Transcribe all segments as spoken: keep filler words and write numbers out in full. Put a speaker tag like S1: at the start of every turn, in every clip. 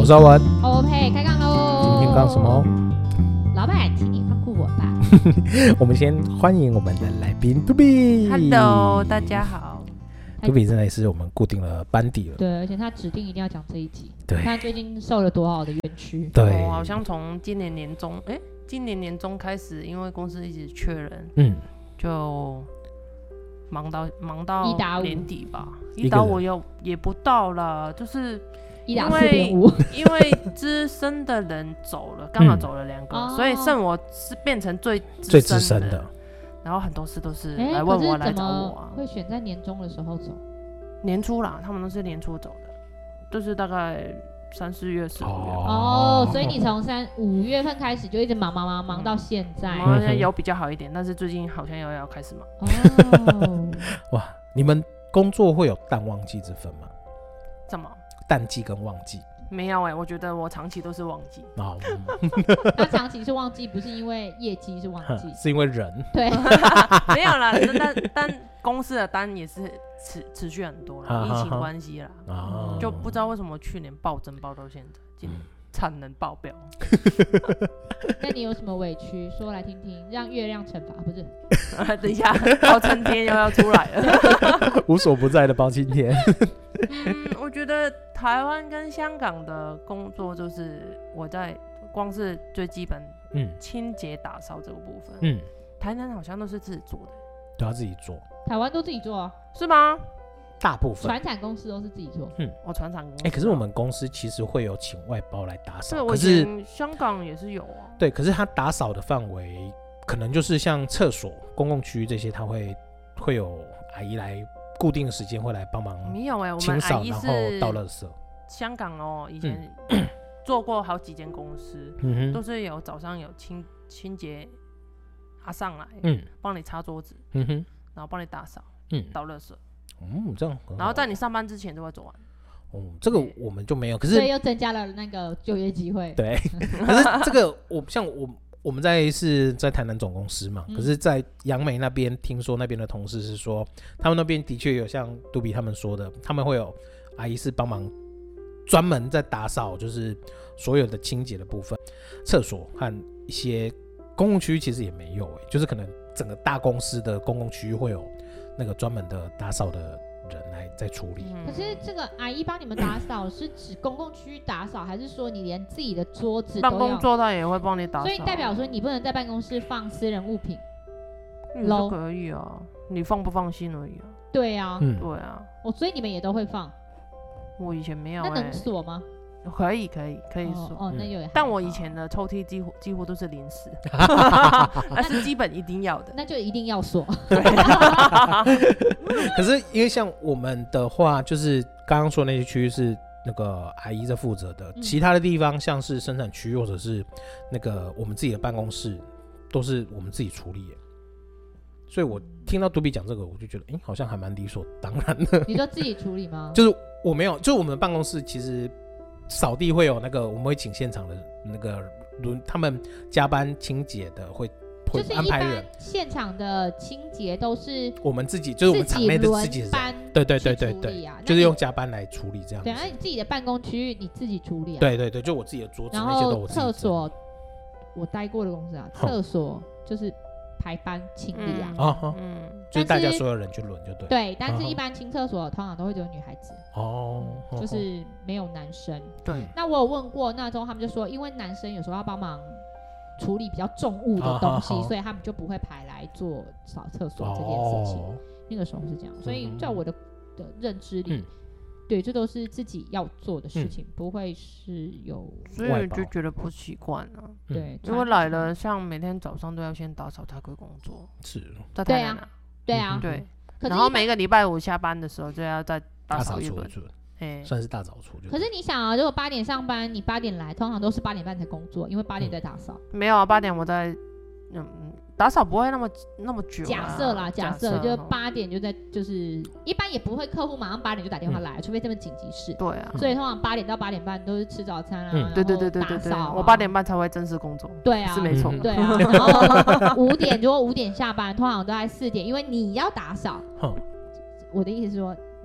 S1: 是阿文。
S2: OK， 开杠喽！
S1: 今天杠什么？
S2: 老板，请你放过我吧。
S1: 我们先欢迎我们的来宾杜比。
S3: Hello， 大家好。
S1: 杜比真的是我们固定的班底了。
S2: 对，而且他指定一定要讲这一集。
S1: 对，
S2: 他最近受了多少的冤屈？
S1: 对，
S3: 我好像从今年年中，哎，今年年中开始，因为公司一直缺人，
S1: 嗯，
S3: 就忙到忙到
S2: 一打五
S3: 年底吧。一打五又也不到了，就是
S2: 一打四点五，
S3: 因为资深的人走了，刚好走了两个，
S2: 嗯、
S3: 所以剩我是变成最
S1: 最资深的。
S3: 然后很多事都是来问我来找我啊。
S2: 会选在年终的时候走？
S3: 年初啦，他们都是年初走的，都是大概三四月、四五月。
S2: 哦，所以你从三五月份开始就一直忙忙忙忙到现在。
S3: 好像有比较好一点，但是最近好像又要开始忙。
S2: 哦，
S1: 哇，你们工作会有淡旺季之分吗？
S3: 怎么？
S1: 淡季跟旺季？
S3: 没有哎、欸，我觉得我长期都是旺季。
S1: 哦，
S2: 他长期是旺季，不是因为业绩是旺季，
S1: 是因为人。
S2: 对，
S3: 没有啦，但但公司的单也是持持续很多啦，疫情关系啦，
S1: 哦、
S3: 就不知道为什么去年暴增暴到现在，今年产能爆表。
S2: 那你有什么委屈说来听听？让月亮惩罚不是？
S3: 等一下，包青天又要出来了，
S1: 无所不在的包青天。
S3: 嗯，我觉得台湾跟香港的工作就是我在光是最基本，嗯，清洁打扫这个部分，嗯，台南好像都是自己做的，
S1: 都要自己做。
S2: 台湾都自己做啊？
S3: 是吗？
S1: 大部分
S2: 传产公司都是自己做。
S3: 嗯，我传产公司。
S1: 哎、欸，可是我们公司其实会有请外包来打扫。
S3: 对，可是香港也是有啊。
S1: 对，可是他打扫的范围可能就是像厕所、公共区域这些，他会会有阿姨来固定的时间会来帮忙。
S3: 没有哎、欸，
S1: 清扫然后倒垃圾。
S3: 香港哦，以前、嗯、做过好几间公司，嗯、都是有早上有清清洁阿上来，嗯，帮你擦桌子，嗯哼，然后帮你打扫，嗯，倒垃圾。
S1: 嗯，这样很好。
S3: 然后在你上班之前都会做完。
S1: 哦，这个我们就没有，可是
S2: 所以又增加了那个就业机会。
S1: 对，可是这个我像我我们在是在台南总公司嘛，嗯、可是，在杨梅那边听说那边的同事是说，他们那边的确有像杜比他们说的，他们会有阿姨是帮忙专门在打扫，就是所有的清洁的部分，厕所和一些公共区域其实也没有、欸，就是可能整个大公司的公共区域会有那个专门的打扫的人来在处理。
S2: 可是这个阿姨帮你们打扫是指公共区域打扫，还是说你连自己的桌子都要？
S3: 办公桌他也会帮你打扫。
S2: 所以代表说你不能在办公室放私人物品。
S3: 嗯，都可以啊，你放不放心而已啊。
S2: 对啊，
S1: 嗯、
S3: 对啊。
S2: 哦，所以你们也都会放？
S3: 我以前没有、欸。
S2: 那能锁吗？
S3: 可以可以可以锁。
S2: 哦，哦那有。
S3: 但我以前的抽屉几乎几乎都是零食，那是基本一定要的。
S2: 那就一定要锁。
S1: 可是因为像我们的话，就是刚刚说那些区域是那个阿姨在负责的，嗯、其他的地方像是生产区或者是那个我们自己的办公室，都是我们自己处理耶。所以我听到杜比讲这个，我就觉得，哎、欸，好像还蛮理所当然的。
S2: 你说自己处理吗？
S1: 就是我没有，就是我们的办公室其实扫地会有那个，我们会请现场的那个轮，他们加班清洁的会会安排人。
S2: 现场的清洁都是
S1: 我们自己，就是我们场内的自己人。对对对对对，啊、就是用加班来处理这样子。
S2: 对，那你自己的办公区域你自己处理啊？
S1: 对对对，就我自己的桌子那些都我自己。
S2: 厕所，我待过的公司啊，厕所就是排班清理啊，
S1: 嗯嗯，就是大家所有人去轮就对。
S2: 对，但是一般清厕所通常都会只有女孩子
S1: 哦、
S2: 嗯，就是没有男生。
S3: 对，
S2: 那我有问过，那之后他们就说，因为男生有时候要帮忙处理比较重物的东西，所以他们就不会排来做扫厕所这件事情。哦、那个时候是这样，所以在我的的认知里。嗯对，这都是自己要做的事情，嗯、不会是有，
S3: 所以就觉得不习惯了。
S2: 对，
S3: 因为来了，像每天早上都要先打扫才可以工作。
S1: 是，
S3: 在台南啊，
S2: 对啊，
S3: 对。然后每个礼拜五下班的时候就要再打扫一轮，
S1: 哎，算是大扫除。
S2: 可是你想啊，如果八点上班，你八点来，通常都是八点半才工作，因为八点在打扫。
S3: 嗯、没有啊，八点我在，嗯。打扫不会那么那么久、啊。
S2: 假设啦，假设就是八点就在，就是一般也不会客户马上八点就打电话来，嗯、除非这边紧急事。
S3: 对啊。
S2: 所以通常八点到八点半都是吃早餐啊，
S3: 嗯、对对对对对对。我八点半才会正式工作。
S2: 对啊，
S3: 是没错。
S2: 对啊。然后五点如果五点下班，通常都在四点，因为你要打扫。我的意思是说，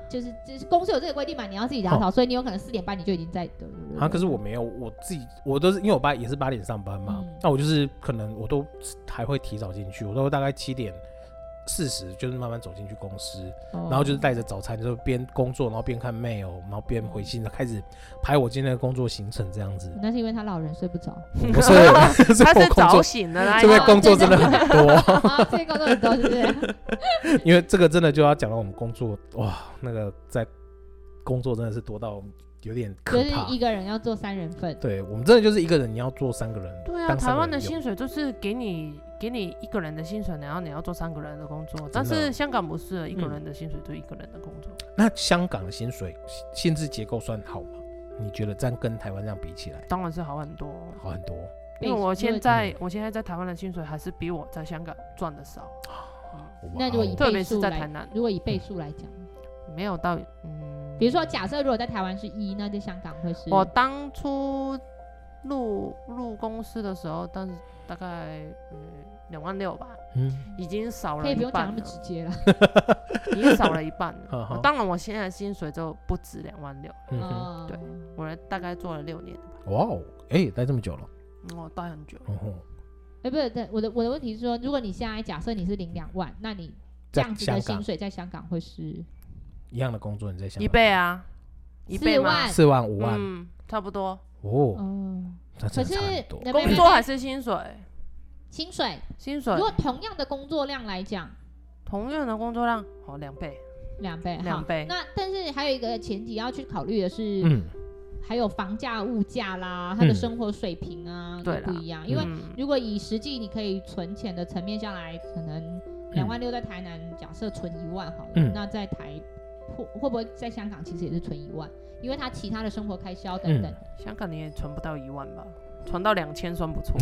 S2: 就是就是公司有这个规定嘛，你要自己打扫，所以你有可能四点半你就已经在的。
S1: 啊，可是我没有，我自己我都是因为我八也是八点上班嘛，嗯、那我就是可能我都还会提早进去，我都大概七点四十就是慢慢走进去公司，哦、然后就是带着早餐，就是边工作然后边看 mail， 然后边回信，开始排我今天的工作行程这样子。
S2: 那是因为他老人睡不着，
S1: 不是，
S3: 他是早醒的啦，
S1: 这边工作真的很多，
S2: 啊，这边工作很多是不是？
S1: 因为这个真的就要讲到我们工作，哇，那个在工作真的是多到有点可怕，
S2: 就是一个人要做三人份。
S1: 对，我们真的就是一个人你要做三个人。
S3: 对啊，台湾的薪水就是给你给你一个人的薪水，然后你要做三个人的工作，但是香港不是，一个人的薪水就一个人的工作。嗯、
S1: 那香港的薪水薪资结构算好吗？你觉得这样跟台湾这样比起来？
S3: 当然是好很多，
S1: 好很多。
S3: 因为我现在、嗯、我现在在台湾的薪水还是比我在香港赚的少。
S2: 嗯、那如果以
S3: 特别是在台南，
S2: 如果以倍数来讲，
S3: 没有到嗯。
S2: 比如说，假设如果在台湾是一，那在香港会是？
S3: 我当初入入公司的时候，但是大概嗯两万六吧，嗯，已经少了一半了。
S2: 可以不用讲那么直接了，
S3: 已经少了一半了。当然，我现在薪水就不止两万六，嗯，对，我大概做了六年了吧。
S1: 哇哦，哎，待这么久了？
S3: 哦，待很久。
S2: 哎，不是，对，我的我的问题是说，如果你现在假设你是领两万，那你这样子的薪水在香港会是？
S1: 一样的工作，你在想
S3: 一倍啊，一倍吗？
S1: 四万五万，
S3: 嗯，差不多。
S1: 哦，那真的差很多。
S3: 工作还是薪水？
S2: 薪水，
S3: 薪水。
S2: 如果同样的工作量来讲，
S3: 同样的工作量，好，两倍，
S2: 两倍，
S3: 两倍。
S2: 那但是还有一个前提要去考虑的是，嗯，还有房价、物价啦，他的生活水平啊，都不一样。因为如果以实际你可以存钱的层面下来，可能两万六在台南，假设存一万好了，那在台。会会不会在香港其实也是存一万，因为他其他的生活开销等等。嗯、
S3: 香港你也存不到一万吧？存到两千算不错。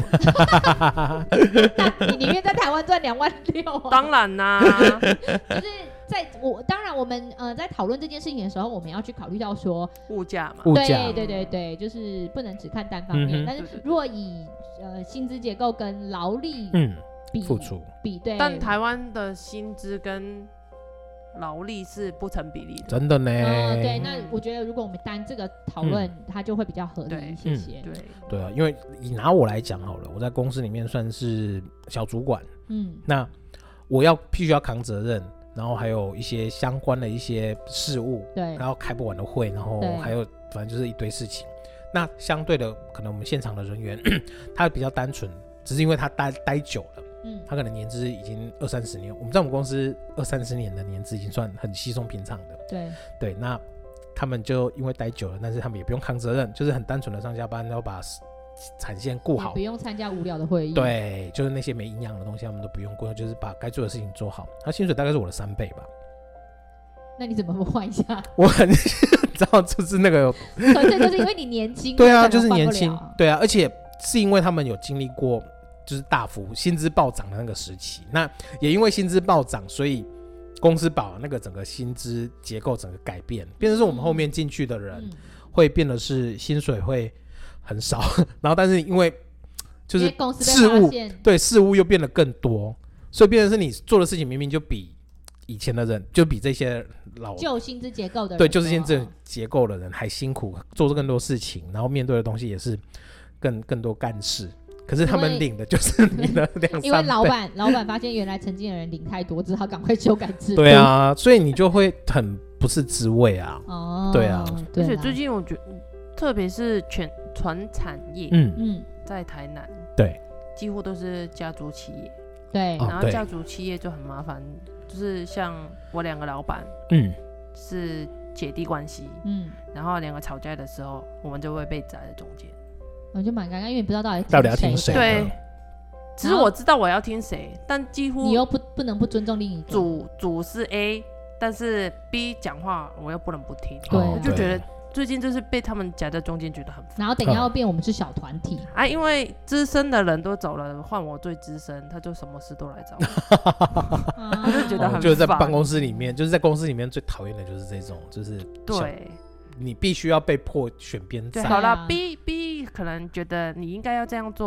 S2: 那你宁愿在台湾赚两万六、啊？
S3: 当然啦、
S2: 啊，就是在我当然我们呃在讨论这件事情的时候，我们要去考虑到说
S3: 物价嘛。
S1: 物价，
S2: 对对对对，就是不能只看单方面。嗯、但是如果以呃薪资结构跟劳力比、
S1: 嗯、付出
S2: 比对，
S3: 但台湾的薪资跟劳力是不成比例的，
S1: 真的呢。
S2: 嗯，对，那我觉得如果我们单这个讨论，嗯、它就会比较合理一些些。
S3: 对，嗯、
S1: 对啊，因为以拿我来讲好了，我在公司里面算是小主管，嗯，那我要必须要扛责任，然后还有一些相关的一些事务，对，然后开不完的会，然后还有反正就是一堆事情。那相对的，可能我们现场的人员他比较单纯，只是因为他待待久了。嗯，他可能年资已经二三十年，我们在我们公司二三十年的年资已经算很稀松平常的。
S2: 对
S1: 对，那他们就因为待久了，但是他们也不用扛责任，就是很单纯的上下班，然后把产线顾好，
S2: 不用参加无聊的会议。
S1: 对，就是那些没营养的东西，他们都不用顾，就是把该做的事情做好。他薪水大概是我的三倍吧。
S2: 那你怎么不换一下？
S1: 我很知道，就是那个，
S2: 纯粹就是因为你年轻。
S1: 对啊，就是年轻，对啊，而且是因为他们有经历过。就是大幅薪资暴涨的那个时期，那也因为薪资暴涨，所以公司把那个整个薪资结构整个改变，变成是我们后面进去的人会变得是薪水会很少，然后但是因为就是事务对事务又变得更多，所以变成是你做的事情明明就比以前的人，就比这些老
S2: 旧薪资结构的人，
S1: 对，就是薪资结构的人还辛苦，做更多事情，然后面对的东西也是更更多干事。可是他们领的就是你的两三倍，
S2: 因为老板老板发现原来曾经的人领太多，只好赶快修改制度。
S1: 对啊，所以你就会很不是滋味啊。哦，对啊，
S3: 而且最近我觉得，特别是全传产业，嗯嗯，在台南，
S1: 对，
S3: 几乎都是家族企业。
S2: 对，
S3: 然后家族企业就很麻烦，就是像我两个老板，嗯，是姐弟关系，嗯，然后两个吵架的时候，我们就会被夹在中间。
S2: 我就蛮尴尬，因为你不知道到底
S1: 到底要听谁。
S3: 对，其实我知道我要听谁，但几乎
S2: 你又不不能不尊重另一个。
S3: 主主是 A， 但是 B 讲话我又不能不听。对，我就觉得最近就是被他们夹在中间，觉得很烦。
S2: 然后等一下要变我们是小团体、
S3: 嗯、啊，因为资深的人都走了，换我最资深，他就什么事都来找我，我就觉得很烦。
S1: 就是在办公室里面，就是在公司里面最讨厌的就是这种，就是
S3: 对。
S1: 你必须要被迫选边站。
S3: 好了 ，B B 可能觉得你应该要这样做，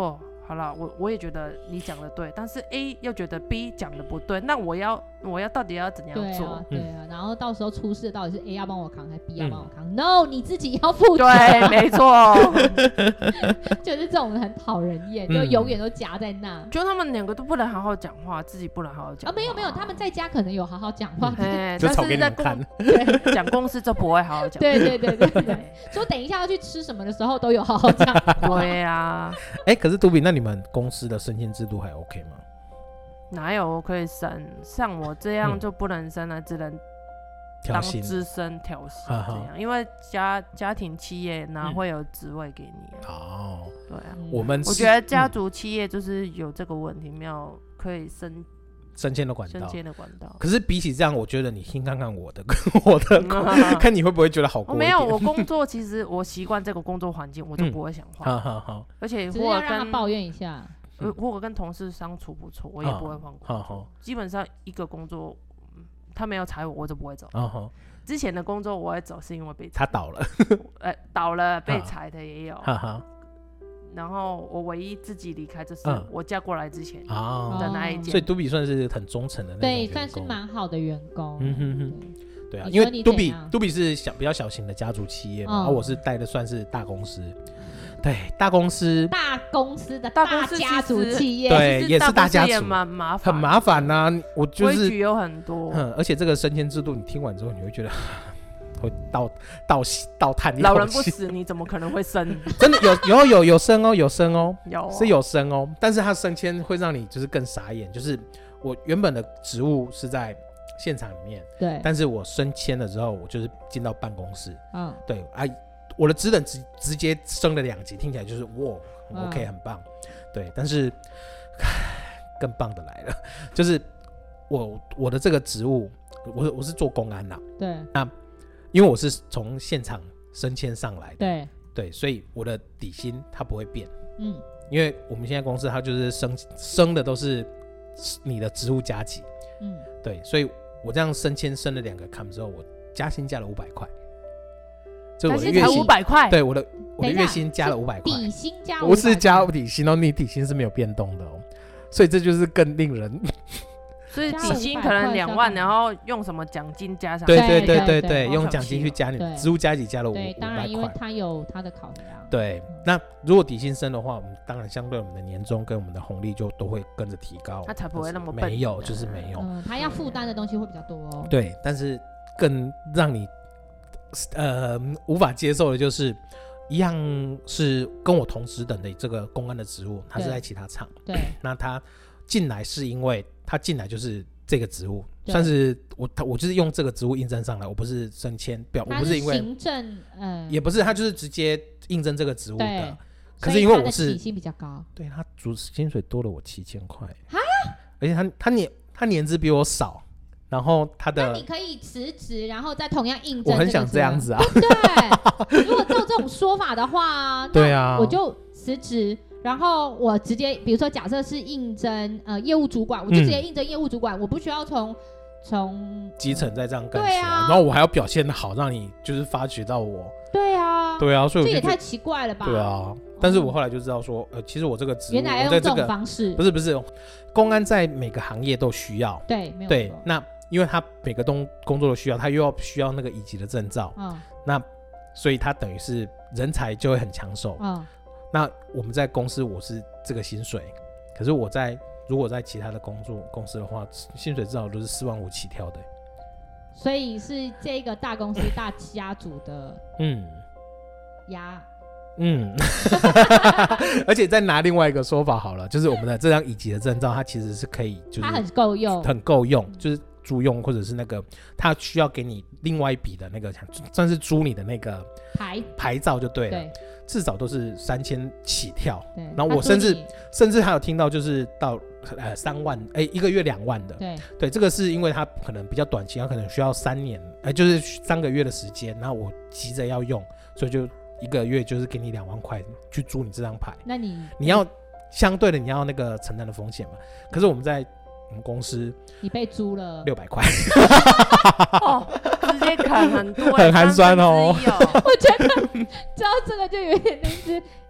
S3: 好了，我我也觉得你讲的对，但是 A 又觉得 B 讲的不对，那我要我要到底要怎样做？
S2: 对啊，对啊，然后到时候出事到底是 A 要帮我扛还是 B 要帮我扛、嗯、？No， 你自己要负责。
S3: 对，没错，
S2: 就是这种人很讨人厌，就永远都夹在那。
S3: 就他们两个都不能好好讲话，自己不能好好讲话。
S2: 啊，没有没有，他们在家可能有好好讲话，
S1: 嗯、就吵给你们看。
S3: 对，讲公司就不会好好讲。
S2: 对对对对对，说等一下要去吃什么的时候都有好好讲话。
S3: 对啊，
S1: 哎、欸，可是杜比，那你们公司的升迁制度还 OK 吗？
S3: 哪有可以升？像我这样就不能升了，嗯、只能当资深调薪这样，因为家家庭企业哪会有职位给你、啊？哦、嗯，对啊，
S1: 我们
S3: 我觉得家族企业就是有这个问题，没有可以升。
S1: 升迁的管道，
S3: 升迁的管道。
S1: 可是比起这样，我觉得你听看看我的，我的、嗯，看你会不会觉得好过一点？
S3: 没有，我工作其实我习惯这个工作环境，我就不会想换。
S1: 好好好，
S3: 而且
S2: 只是要让他抱怨一下，
S3: 如果跟同事相处不错，我也不会换工作。好好，基本上一个工作他没有裁我，我就不会走。好好，之前的工作我会走，是因为被裁
S1: 他倒了，
S3: 呃，倒了被裁的也有。好好。然后我唯一自己离开，就是我嫁过来之前的那一间、嗯，
S1: 所以杜比算是很忠诚的那种员工，
S2: 对，算是蛮好的员工。
S1: 嗯哼哼，对啊，因为杜比杜比是小比较小型的家族企业嘛，然后、嗯啊、我是带的算是大公司，对，大公司
S2: 大公司的大家族企业，
S1: 对，也是大家族，
S3: 也蛮麻烦，
S1: 很麻烦呐、啊。我就是
S3: 规矩有很多、
S1: 嗯，而且这个升迁制度，你听完之后，你会觉得。会倒倒倒叹一口气，
S3: 老人不死，你怎么可能会升？
S1: 真的有有有有升哦，有升哦，
S3: 有、哦、
S1: 是有升哦，但是他升迁会让你就是更傻眼，就是我原本的职务是在现场里面，
S2: 对，
S1: 但是我升迁了之后，我就是进到办公室，嗯，对啊，我的职等直直接升了两级，听起来就是哇、嗯、，OK， 很棒，对，但是更棒的来了，就是我我的这个职务，我我是做公安啦，
S2: 对，
S1: 那。因为我是从现场升迁上来的，
S2: 对
S1: 对，所以我的底薪它不会变，
S2: 嗯，
S1: 因为我们现在公司它就是升升的都是你的职务加级，嗯，对，所以我这样升迁升了两个 cam 之后，我加薪加了五百块，就我的月薪
S3: 五百块，
S1: 对，我的我的月薪加了五百块，
S2: 底薪加
S1: 不是加底薪哦，你底薪是没有变动的哦，所以这就是更令人。
S3: 所以底薪可能两万，然后用什么奖金加上？
S1: 对对对对对，用奖金去加你职务加级加了五百块。
S2: 对，当然因为它有它的考量。
S1: 对，那如果底薪升的话，我们当然相对我们的年终跟我们的红利就都会跟着提高。
S3: 它才不会那么笨。
S1: 没有，就是没有。
S2: 嗯，它要负担的东西会比较多哦。
S1: 对，但是更让你呃无法接受的就是，一样是跟我同时等的这个公安的职务，他是在其他厂。
S2: 对，
S1: 那他进来是因为。他进来就是这个职务，算是我我就是用这个职务应征上来，我不是升迁表，我不是因为
S2: 行政，嗯，
S1: 也不是，他就是直接应征这个职务的。可是因为我是
S2: 底薪比较高，
S1: 对他主薪水多了我七千块，而且他他年他年资比我少，然后他的
S2: 那你可以辞职，然后再同样应征。
S1: 我很想这样子啊，
S2: 对，如果照这种说法的话，
S1: 对啊，
S2: 我就辞职。然后我直接，比如说，假设是应征呃业务主管，我就直接应征业务主管，嗯、我不需要从从
S1: 基层再这样干起来、啊，然后我还要表现的好，让你就是发掘到我。
S2: 对啊，
S1: 对啊，所以我
S2: 这也太奇怪了吧？
S1: 对啊，但是我后来就知道说，呃，其实我这个职务
S2: 原来要用这种方式，
S1: 不是不是，公安在每个行业都需要，
S2: 对，没有
S1: 对，那因为他每个东工作都需要，他又要需要那个乙级的证照，嗯，那所以他等于是人才就会很抢手，嗯。那我们在公司我是这个薪水，可是我在如果在其他的工作公司的话，薪水至少都是四万五起跳的。
S2: 所以是这个大公司大家族的嗯压
S1: 嗯，而且再拿另外一个说法好了，就是我们的这张乙级的证照，它其实是可以就是
S2: 它很够用，
S1: 很够用，就是租用或者是那个他需要给你另外一笔的那个算是租你的那个
S2: 牌
S1: 牌照就对了，
S2: 对，
S1: 至少都是三千起跳。然后我甚至甚至还有听到就是到呃三万，哎、欸、一个月两万的。
S2: 对
S1: 对，这个是因为他可能比较短期，他可能需要三年，哎、欸、就是三个月的时间，然后我急着要用，所以就一个月就是给你两万块去租你这张牌。
S2: 那你
S1: 你要相对的你要那个承担的风险嘛？可是我们在我们公司，
S2: 你被租了
S1: 六百块，
S3: 哦，直接砍很多，
S1: 很寒酸哦。
S2: 我觉得知道这个就有点类似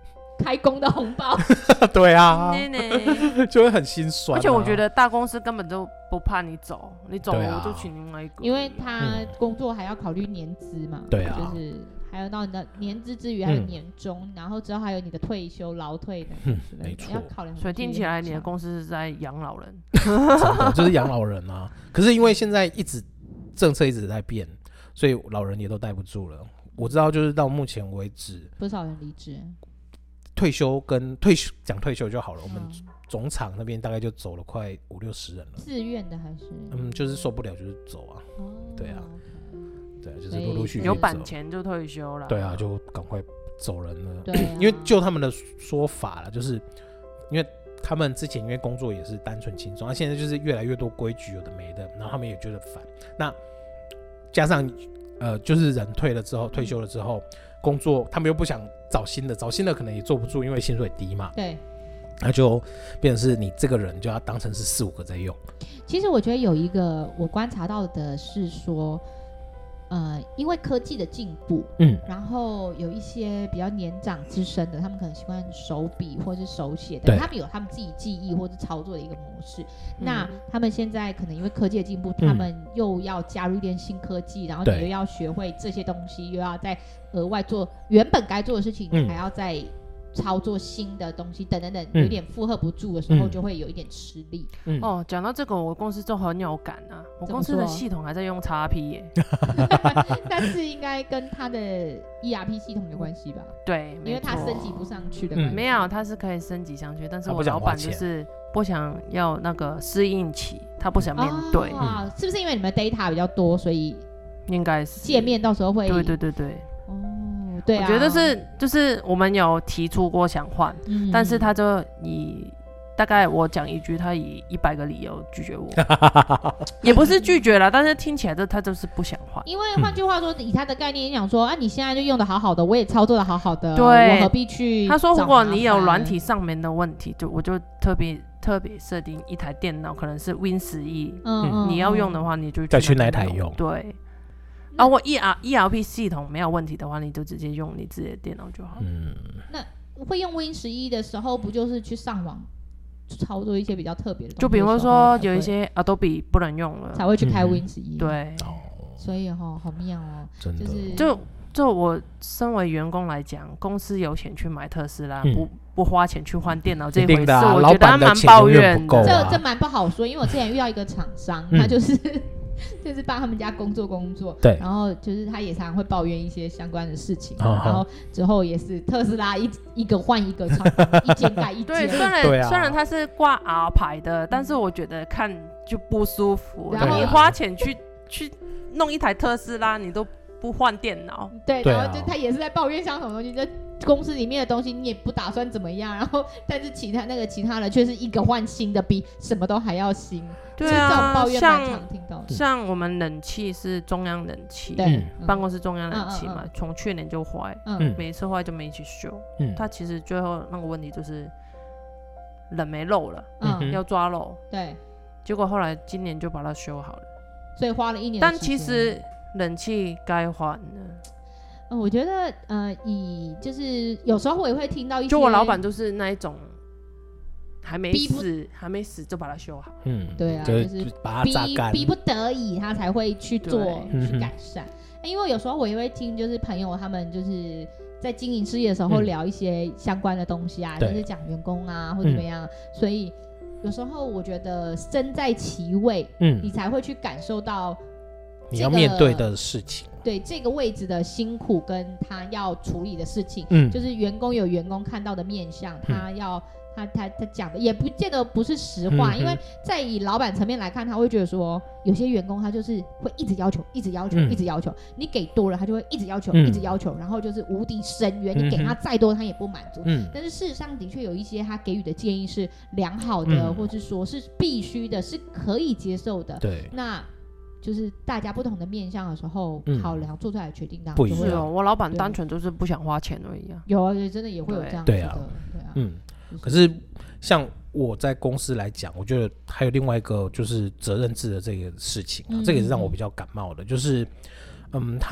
S2: 开工的红包。
S1: 对啊，就会很心酸、啊。
S3: 而且我觉得大公司根本就不怕你走，你走了我就请另外一个、啊，
S2: 因为他工作还要考虑年资嘛。
S1: 对啊，
S2: 就是还有到你的年资之余，还有年终、嗯，然后之后还有你的退休、劳退等等之类的，
S1: 没错。
S2: 要考量。
S3: 所以听起来你的公司是在养老人，
S1: 真的就是养老人啊。可是因为现在一直政策一直在变，所以老人也都待不住了。我知道，就是到目前为止，
S2: 不少人离职。
S1: 退休跟退休讲退休就好了，我们总厂那边大概就走了快五六十人了。
S2: 自愿的还是？嗯，
S1: 就是受不了就是走啊。哦、对啊，对啊，就是陆陆续续
S3: 有板前就退休了。
S1: 对啊，就赶快走人了。
S2: 对、啊，
S1: 因为就他们的说法啦，就是因为他们之前因为工作也是单纯轻松，那、啊、现在就是越来越多规矩有的没的，然后他们也觉得烦。那加上呃，就是人退了之后，退休了之后，工作他们又不想找新的，找新的可能也坐不住，因为薪水低嘛。
S2: 对，
S1: 那就变成是你这个人就要当成是四五个在用。
S2: 其实我觉得有一个我观察到的是说，呃，因为科技的进步，嗯，然后有一些比较年长资深的，他们可能习惯手笔或是手写的，他们有他们自己记忆或是操作的一个模式。嗯、那他们现在可能因为科技的进步，他们又要加入一点新科技，然后你又要学会这些东西，又要再额外做原本该做的事情，嗯、还要再操作新的东西等等等，有点负荷不住的时候，就会有一点吃力。
S3: 嗯、哦，讲到这个，我公司就很有感啊。我公司的系统还在用 X R P 耶，
S2: 但是应该跟他的 E R P 系统有关系吧？
S3: 对，
S2: 因为他升级不上去的关系、
S3: 嗯。没有，他是可以升级上去，但是我老板就是不想要那个适应期，他不想面对。
S2: 哦嗯、是不是因为你们 data 比较多，所以
S3: 应该是
S2: 界面到时候会？
S3: 对对对对。
S2: 哦，对啊，
S3: 我觉得是就是我们有提出过想换、嗯，但是他就以大概我讲一句，他以一百个理由拒绝我，也不是拒绝啦，但是听起来就他就是不想换。
S2: 因为换句话说，以他的概念讲说，啊，你现在就用的好好的，我也操作的好好的，对，我何必去？
S3: 他说，如果你有软体上面的问题，就我就特别特别设定一台电脑，可能是 Win 十一，嗯，你要用的话，你就
S1: 再去哪台用？
S3: 对。啊，我 E R E R P 系统没有问题的话，你就直接用你自己的电脑就好。
S2: 嗯，那会用 Win 十一的时候，不就是去上网操作一些比较特别的东西？
S3: 就比如说有一些 Adobe 不能用了，
S2: 才会去开 Win 十一、
S3: 嗯。对，
S2: 所以哈、哦，好妙哦，
S1: 真的。
S2: 就是
S3: 就就我身为员工来讲，公司有钱去买特斯拉，嗯、不不花钱去换电脑这一回事，
S1: 啊、
S3: 我觉得他蛮抱怨的。
S2: 这这蛮不好说，因为我之前遇到一个厂商，嗯、他就是。就是帮他们家工作工作，
S1: 对，
S2: 然后就是他也常常会抱怨一些相关的事情，哦、然后之后也是特斯拉一一个换一个，一间盖一间。
S3: 对，虽然对、啊、虽然它是挂 R 牌的，但是我觉得看就不舒服。然后你花钱去去弄一台特斯拉，你都不换电脑，
S2: 对，然后就他也是在抱怨相同的东西，就公司里面的东西你也不打算怎么样，然后但是其他那个其他的却是一个换新的，比什么都还要新。
S3: 对啊，这种
S2: 抱怨蛮常听到的。
S3: 像我们冷气是中央冷气，
S2: 对，
S3: 办公室中央冷气嘛，从、嗯嗯嗯、去年就坏，嗯，每次坏就没去修，嗯，它其实最后那个问题就是冷没漏了，嗯，要抓漏，
S2: 对，
S3: 结果后来今年就把它修好了，
S2: 所以花了一年的时间。
S3: 但其实冷气该换了。
S2: 嗯，我觉得呃，以就是有时候我也会听到一些，
S3: 就我老板就是那一种。还没死，还没死就把它修好。
S2: 嗯，对啊，就是
S1: 把它榨干，
S2: 逼不得已他才会去做去改善、欸。因为有时候我也会听，就是朋友他们就是在经营事业的时候聊一些相关的东西啊，嗯、就是讲员工啊或怎么样、嗯，所以有时候我觉得身在其位，嗯，你才会去感受到、這個、
S1: 你要面对的事情。
S2: 对这个位置的辛苦跟他要处理的事情，嗯，就是员工有员工看到的面向，他要。他他他讲的也不见得不是实话、嗯，因为在以老板层面来看，他会觉得说，有些员工他就是会一直要求，一直要求，嗯、一直要求，你给多了，他就会一直要求，嗯、一直要求，然后就是无底深渊、嗯，你给他再多，他也不满足。嗯，但是事实上的确有一些他给予的建议是良好的，嗯、或是说是必须的，是可以接受的。
S1: 对，
S2: 那。就是大家不同的面向的时候、嗯、考量做出来的决定当然
S3: 不一样。我老板单纯就是不想花钱而已啊。
S2: 有啊，真的也会有这样子的。
S1: 对啊，
S2: 对啊。
S1: 嗯，可是像我在公司来讲，我觉得还有另外一个就是责任制的这个事情啊，嗯、这个也是让我比较感冒的，就是嗯，他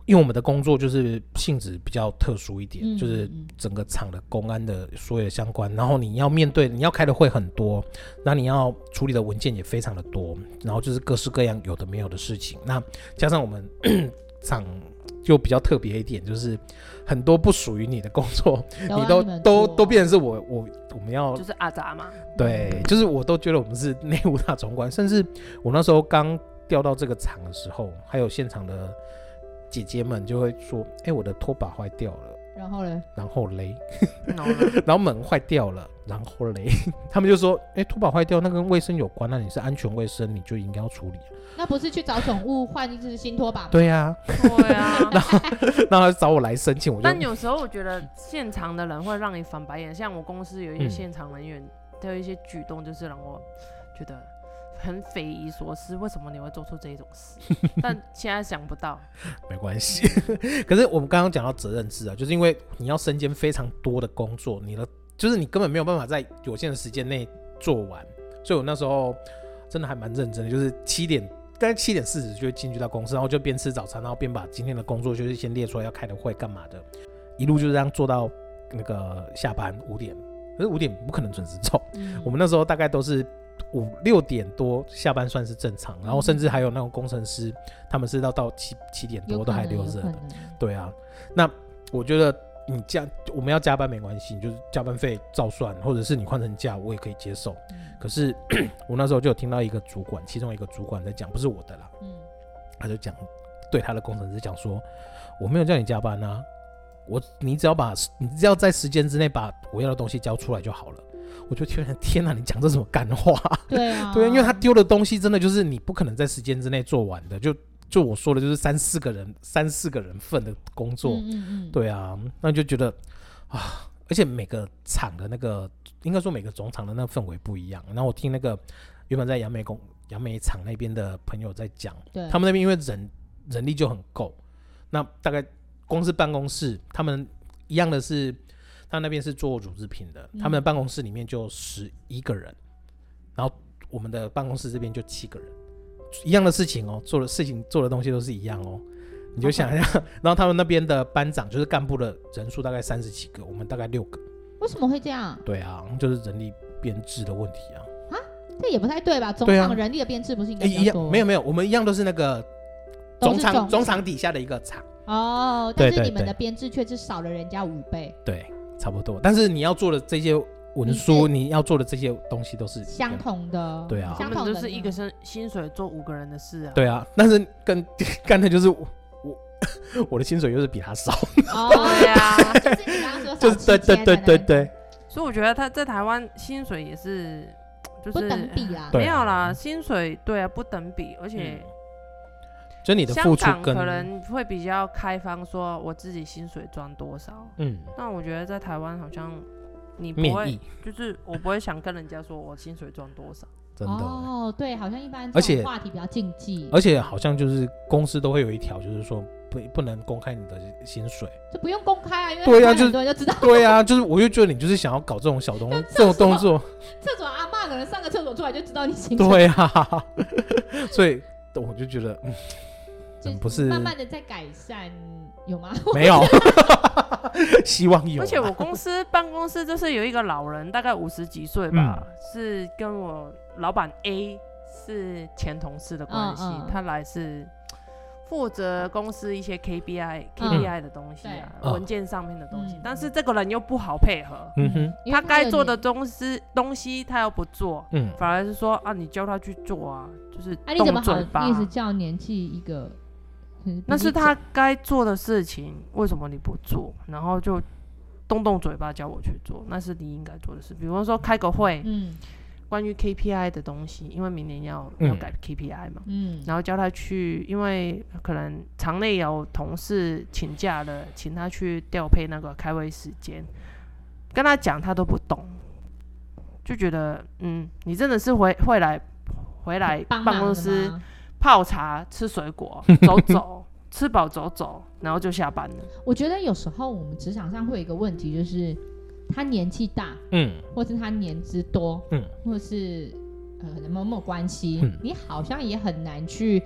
S1: 因为我们的工作就是性质比较特殊一点，
S2: 嗯、
S1: 就是整个厂的公安的所有的相关，然后你要面对你要开的会很多，那你要处理的文件也非常的多，然后就是各式各样有的没有的事情，那加上我们厂就比较特别一点，就是很多不属于你的工作，你都都都变成是我我我们要
S3: 就是阿杂嘛，
S1: 对，就是我都觉得我们是内务大总管，甚至我那时候刚调到这个厂的时候，还有现场的姐姐们就会说：“哎、欸，我的拖把坏掉了。”
S2: 然后嘞，
S1: 然后嘞，然后门坏掉了，然后嘞，他们就说：“哎、欸，拖把坏掉，那跟卫生有关，那你是安全卫生，你就应该要处理。”
S2: 那不是去找总务换一只新拖把吗？
S1: 对呀、啊，
S3: 对啊，
S1: 然后然后找我来申请，我就。
S3: 但有时候我觉得现场的人会让你翻白眼，像我公司有一些现场人员，都、嗯、有一些举动，就是让我觉得很匪夷所思，为什么你会做出这种事？但现在想不到，
S1: 没关系。可是我们刚刚讲到责任制啊，就是因为你要身兼非常多的工作，你的就是你根本没有办法在有限的时间内做完，所以我那时候真的还蛮认真的，就是七点。大概七点四十就会进去到公司，然后就边吃早餐，然后边把今天的工作就是先列出来要开的会干嘛的，一路就这样做到那个下班五点。可是五点不可能准时走、嗯，我们那时候大概都是五六点多下班算是正常，然后甚至还有那种工程师，他们是要到七七点多都还留着的。对啊，那我觉得你加我们要加班没关系，就是加班费照算，或者是你换成假我也可以接受。嗯、可是我那时候就有听到一个主管，其中一个主管在讲，不是我的啦，嗯、他就讲对他的工程师讲说，我没有叫你加班啊，我你只要把你只要在时间之内把我要的东西交出来就好了。我就觉得天哪，你讲这什么干话？
S2: 对啊，
S1: 对，因为他丢的东西真的就是你不可能在时间之内做完的，就。就我说的，就是三四个人、三四个人份的工作，嗯嗯嗯对啊，那就觉得啊，而且每个厂的那个，应该说每个总厂的那个氛围不一样。然后我听那个原本在杨梅工、杨梅厂那边的朋友在讲，他们那边因为人人力就很够，那大概公司办公室，他们一样的是，他那边是做乳制品的，他们的办公室里面就十一个人，然后我们的办公室这边就七个人。一样的事情哦，做的事情做的东西都是一样哦，你就想一下， okay. 然后他们那边的班长就是干部的人数大概三十几个，我们大概六个。
S2: 为什么会这样？
S1: 对啊，就是人力编制的问题啊。
S2: 啊，这也不太对吧？总厂人力的编制不是应该比较多？
S1: 没有没有，我们一样都是那个总厂总厂底下的一个厂。
S2: 哦，但是你们的编制却是少了人家五倍。
S1: 对，差不多。但是你要做的这些。文书你要做的这些东西都是
S2: 相同的，
S1: 对啊，
S3: 他们就是一个薪水做五个人的事啊。
S1: 对啊，但是跟干的就是我我, 我的薪水又是比他少。
S2: 哦，对啊，就是你刚刚说
S1: 就是对对对对对。
S3: 所以我觉得他在台湾薪水也是就是
S2: 不等比啦，
S3: 没有啦，薪水对啊不等比，而且。嗯
S1: 就你的付出跟
S3: 香港可能会比较开放，说我自己薪水赚多少。嗯，但我觉得在台湾好像。你不会，就是我不会想跟人家说我薪水赚多少，
S1: 真的
S2: 哦，对，好像一般这种话题比较禁忌，
S1: 而且好像就是公司都会有一条，就是说不不能公开你的薪水，
S2: 这不用公开啊，因为
S1: 对啊，
S2: 很多人就知道，
S1: 对啊，就是我就觉得你就是想要搞这种小东西，这种动作，
S2: 厕所阿嬷可能上个厕所出来就知道你薪水，
S1: 对啊，所以我就觉得，嗯，不是
S2: 慢慢的在改善。有吗？
S1: 没有，希望有。
S3: 而且我公司办公室就是有一个老人，大概五十几岁吧、嗯，是跟我老板 A 是前同事的关系、嗯嗯，他来是负责公司一些 K P I、K P I 的东西啊、嗯，文件上面的东西、嗯。但是这个人又不好配合，嗯哼，他该做的东西东西他又不做，嗯，反而是说啊，你教他去做啊，就是动嘴巴。
S2: 啊、你怎么好意思叫年纪一个？
S3: 那是他该做的事情，为什么你不做？然后就动动嘴巴叫我去做，那是你应该做的事。比方说开个会，嗯，关于 K P I 的东西，因为明年要、嗯、要改 K P I 嘛，嗯，然后叫他去，因为可能场内有同事请假了，请他去调配那个开会时间，跟他讲他都不懂，就觉得嗯，你真的是回会来回来办公室。泡茶吃水果走走吃饱走走然后就下班了。
S2: 我觉得有时候我们职场上会有一个问题，就是他年纪大，嗯，或是他年资多，嗯，或是呃某某关系、嗯，你好像也很难去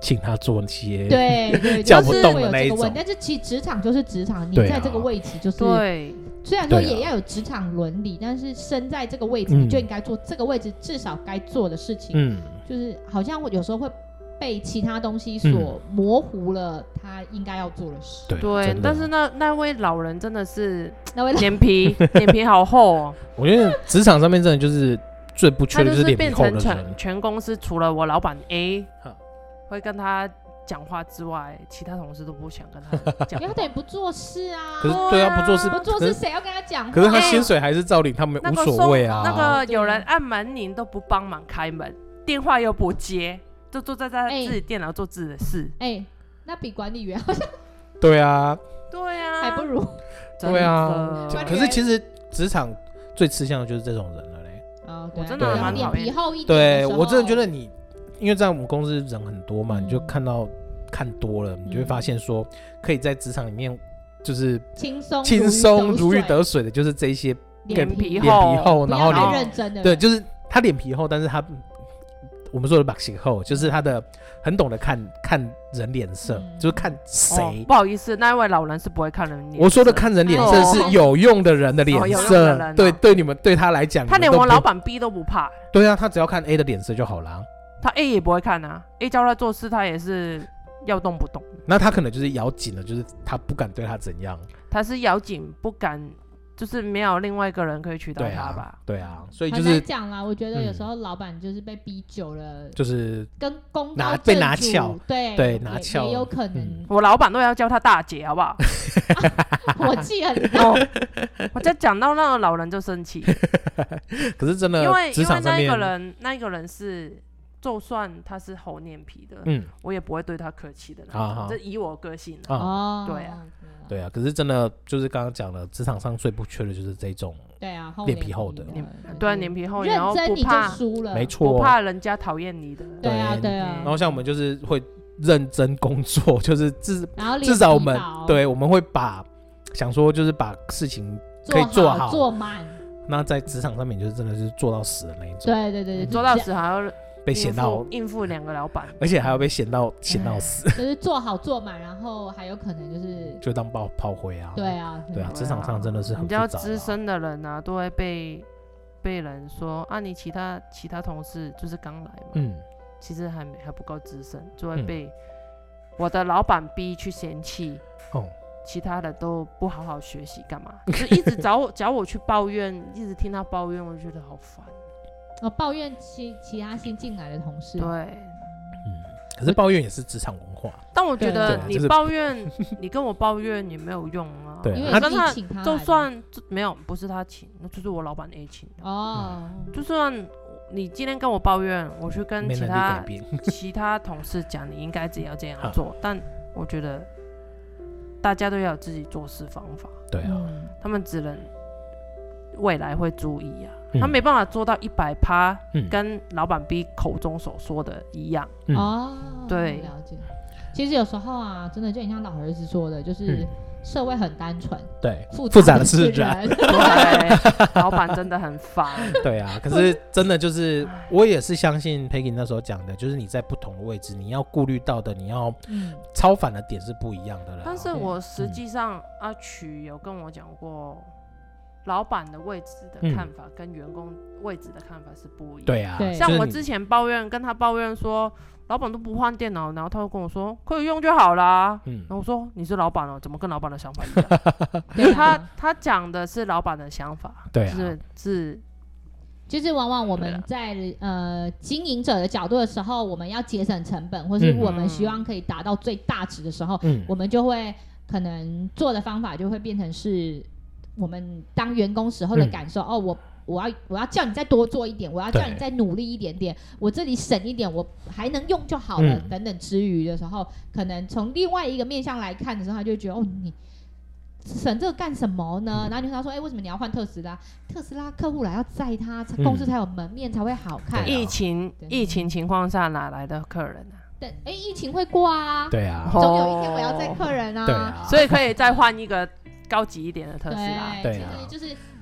S1: 请他做那些
S2: 对对
S1: 叫不动的那一种。
S2: 但是其实职场就是职场，你在这个位置就是、
S3: 啊、对。
S2: 虽然说也要有职场伦理，但是身在这个位置，你就应该做这个位置至少该做的事情。嗯，就是好像有时候会被其他东西所模糊了他应该要做的事。
S1: 对，
S3: 对，但是那那位老人真的是那位脸皮脸皮好厚哦。
S1: 我觉得职场上面真的就是最不缺的就是脸皮厚的人。
S3: 他就是变成全全公司除了我老板 A 会跟他讲话之外，其他同事都不想跟他讲话。
S2: 因为他等于不做事啊。
S1: 可是对啊，不做事，
S2: 不做事谁要跟他讲话？
S1: 可是他薪水还是照领，他们无所谓啊。
S3: 那个有人按门铃都不帮忙开门，电话又不接，就坐在他自己电脑做自己的事。
S2: 哎、欸，那比管理员好像。
S1: 对啊。
S3: 对啊。
S2: 还不如。
S1: 对啊。可是其实职场最吃香的就是这种人了嘞。
S2: 哦，对，
S3: 我真的蛮
S2: 脸皮厚一点。
S1: 对，我真的觉得你。因为在我们公司人很多嘛，嗯、你就看到看多了，你就会发现说，可以在职场里面就是
S2: 轻松
S1: 轻松如鱼得水的，就是这些
S3: 脸皮
S1: 厚，然后
S2: 太认真的，
S1: 对，就是他脸皮厚，但是他我们说的把型厚，就是他的很懂得看看人脸色，嗯、就是看谁、哦。
S3: 不好意思，那位老人是不会看人脸色。
S1: 我说的看人脸色是有用的人的脸色，哦哦、对对，你们对他来讲，
S3: 他连我老板 B 都不怕。
S1: 对啊，他只要看 A 的脸色就好啦。
S3: 他 A 也不会看啊 ，A 教他做事，他也是要动不动。
S1: 那他可能就是咬紧了，就是他不敢对他怎样。
S3: 他是咬紧不敢，就是没有另外一个人可以取代他吧？
S1: 对啊，对啊，所以就是
S2: 很难讲啦。我觉得有时候老板就是被逼久了，
S1: 嗯、就是
S2: 跟公
S1: 拿被拿翘，
S2: 对
S1: 对拿翘
S2: 也有可能、
S3: 嗯。我老板都要叫他大姐，好不好？
S2: 火气很大。
S3: 我在讲到那个老人就生气。
S1: 可是真的，
S3: 因为因为那一个人，那一个人是。就算他是厚脸皮的，嗯，我也不会对他客气的那种。啊、这以我个性、啊，哦，对啊，
S1: 对啊。可是真的就是刚刚讲了，职场上最不缺的就是这种，
S2: 对啊，
S1: 脸皮厚的，
S3: 对啊，脸皮厚，然后不怕
S2: 输了，
S1: 没错，
S3: 不怕人家讨厌你的，
S2: 对啊，对啊。
S1: 然后像我们就是会认真工作，就是至至少我们对我们会把想说就是把事情可以做好
S2: 做满。
S1: 那在职场上面就是真的是做到死的那一种，
S2: 对对对对，
S3: 做到死还要。
S1: 被嫌到
S3: 应付两个老板，
S1: 而且还要被嫌到嫌到死，
S2: 就是做好做满，然后还有可能就是
S1: 就当炮炮灰啊。
S2: 对啊，
S1: 对啊，职场上真的是很复杂、啊。
S3: 比较资深的人啊，都会被被人说啊，你其他其他同事就是刚来嘛，嗯，其实还没还不够资深，就会被我的老板逼去嫌弃。哦。其他的都不好好学习，干嘛？就一直找我找我去抱怨，一直听他抱怨，我就觉得好烦。
S2: 哦，抱怨其其他新进来的同事，
S3: 对，
S1: 嗯，可是抱怨也是职场文化。
S3: 但我觉得你抱怨，你跟我抱怨也没有用啊。
S1: 对，
S2: 因为
S3: 跟他就算没有，不是他请，那就是我老板 A 请的。哦，就算你今天跟我抱怨，我去跟其他其他同事讲，你应该自己要这样做。但我觉得大家都要有自己做事方法。
S1: 对啊，
S3: 他们只能未来会注意啊。他没办法做到一百趴，跟老板 B 口中所说的一样。
S2: 嗯、哦，
S3: 对，
S2: 了解。其实有时候啊，真的就很像老儿子说的，就是社会很单纯，
S1: 对，
S2: 复
S1: 杂的是人。
S3: 对，老板真的很烦。
S1: 对啊，可是真的就是，我也是相信 Peggy 那时候讲的，就是你在不同的位置，你要顾虑到的，你要超凡的点是不一样的了。
S3: 但是我实际上，阿曲有跟我讲过。老板的位置的看法跟员工位置的看法是不一样的。
S1: 对啊，
S3: 像我之前抱怨跟他抱怨说，老板都不换电脑，然后他会跟我说可以用就好啦。嗯，然后我说你是老板哦，怎么跟老板的想法一样？他他讲的是老板的想法，
S1: 对、啊，
S3: 是是。
S2: 就是往往我们在、啊、呃经营者的角度的时候，我们要节省成本，或是我们希望可以达到最大值的时候，嗯、我们就会可能做的方法就会变成是。我们当员工时候的感受、嗯、哦，我我要我要叫你再多做一点，我要叫你再努力一点点，我这里省一点，我还能用就好了、嗯、等等之余的时候，可能从另外一个面向来看的时候，他就会觉得哦，你省这个干什么呢？嗯、然后你就跟他说，哎、欸，为什么你要换特斯拉？特斯拉客户来要载他，公司才有门面，才会好看。
S3: 嗯、疫情疫情情况下哪来的客人啊？
S2: 对，哎、欸，疫情会过啊，
S1: 对啊，
S2: 总有一天我要载客人啊，
S1: 对啊，
S3: 所以可以再换一个。高级一点的特斯拉，
S1: 对啊，
S2: 其实就是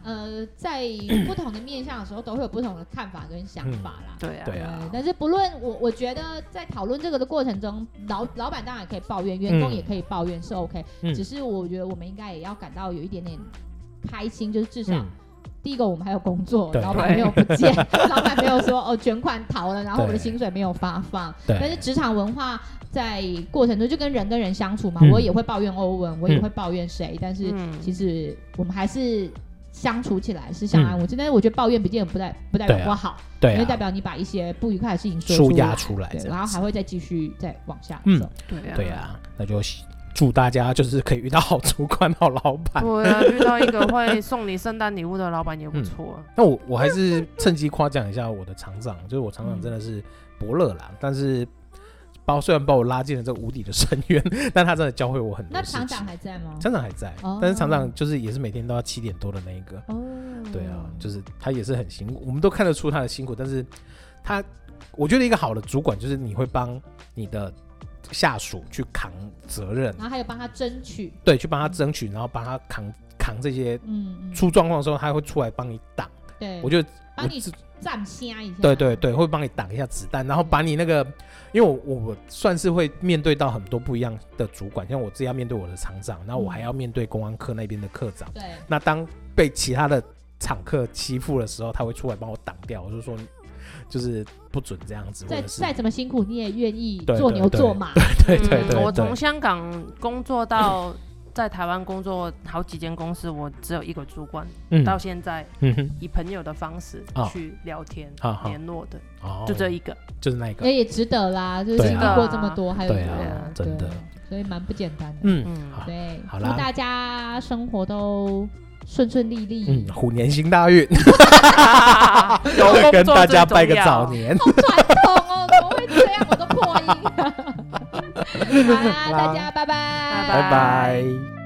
S2: 呃，在不同的面向的时候，都会有不同的看法跟想法啦。
S3: 嗯、对啊，
S1: 对啊。
S2: 但是不论我，我觉得在讨论这个的过程中，老老板当然可以抱怨，员工也可以抱怨，嗯、是 OK、嗯。只是我觉得我们应该也要感到有一点点开心，就是至少。嗯第一个，我们还有工作，老板没有不见，老板没有说哦卷款逃了，然后我的薪水没有发放。但是职场文化在过程中就跟人跟人相处嘛，嗯、我也会抱怨欧文，我也会抱怨谁，嗯、但是其实我们还是相处起来是相安无事。嗯、但是我觉得抱怨不见不代不代表不好，对、啊，因为代表你把一些不愉快的事情说
S1: 出来，出来
S2: 对，然后还会再继续再往下走。
S1: 嗯、
S3: 对啊，
S1: 对啊，那就。祝大家就是可以遇到好主管、好老板。
S3: 对啊，遇到一个会送你圣诞礼物的老板也不错、啊
S1: 嗯。那我我还是趁机夸奖一下我的厂长，就是我厂长真的是伯乐啦，嗯、但是包虽然把我拉进了这个无底的深渊，但他真的教会我很多事情。
S2: 那厂长还在吗？
S1: 厂长还在，哦、但是厂长就是也是每天都要七点多的那一个。哦，对啊，就是他也是很辛苦，我们都看得出他的辛苦，但是他我觉得一个好的主管就是你会帮你的。下属去扛责任，
S2: 然后还有帮他争取，
S1: 对，去帮他争取，然后帮他扛扛这些，嗯嗯，出状况的时候，他会出来帮你挡。对，我觉得
S2: 帮你站瞎一下，
S1: 对对对，会帮你挡一下子弹，然后把你那个，因为我我算是会面对到很多不一样的主管，像我自己要面对我的厂长，然后我还要面对公安科那边的科长，对，那当被其他的厂客欺负的时候，他会出来帮我挡掉，我就说。就是不准这样子，
S2: 再再怎么辛苦你也愿意做牛做马。
S1: 对对 对, 对, 对, 对、
S3: 嗯，我从香港工作到在台湾工作好几间公司，我只有一个主管，嗯、到现在、嗯、以朋友的方式去聊天、哦、联络的、哦，就这一个，
S1: 就是那一个，
S2: 也也值得啦，就是经历过这么多，还有
S1: 对啊，真的，
S2: 所以蛮不简单的。
S1: 嗯，
S2: 对，祝大家生活都。顺顺利利，
S1: 嗯，虎年行大运，跟大家拜个早年，
S2: 好传统哦，怎么会这样？我都破音。好啦，大家拜拜，
S1: 拜拜。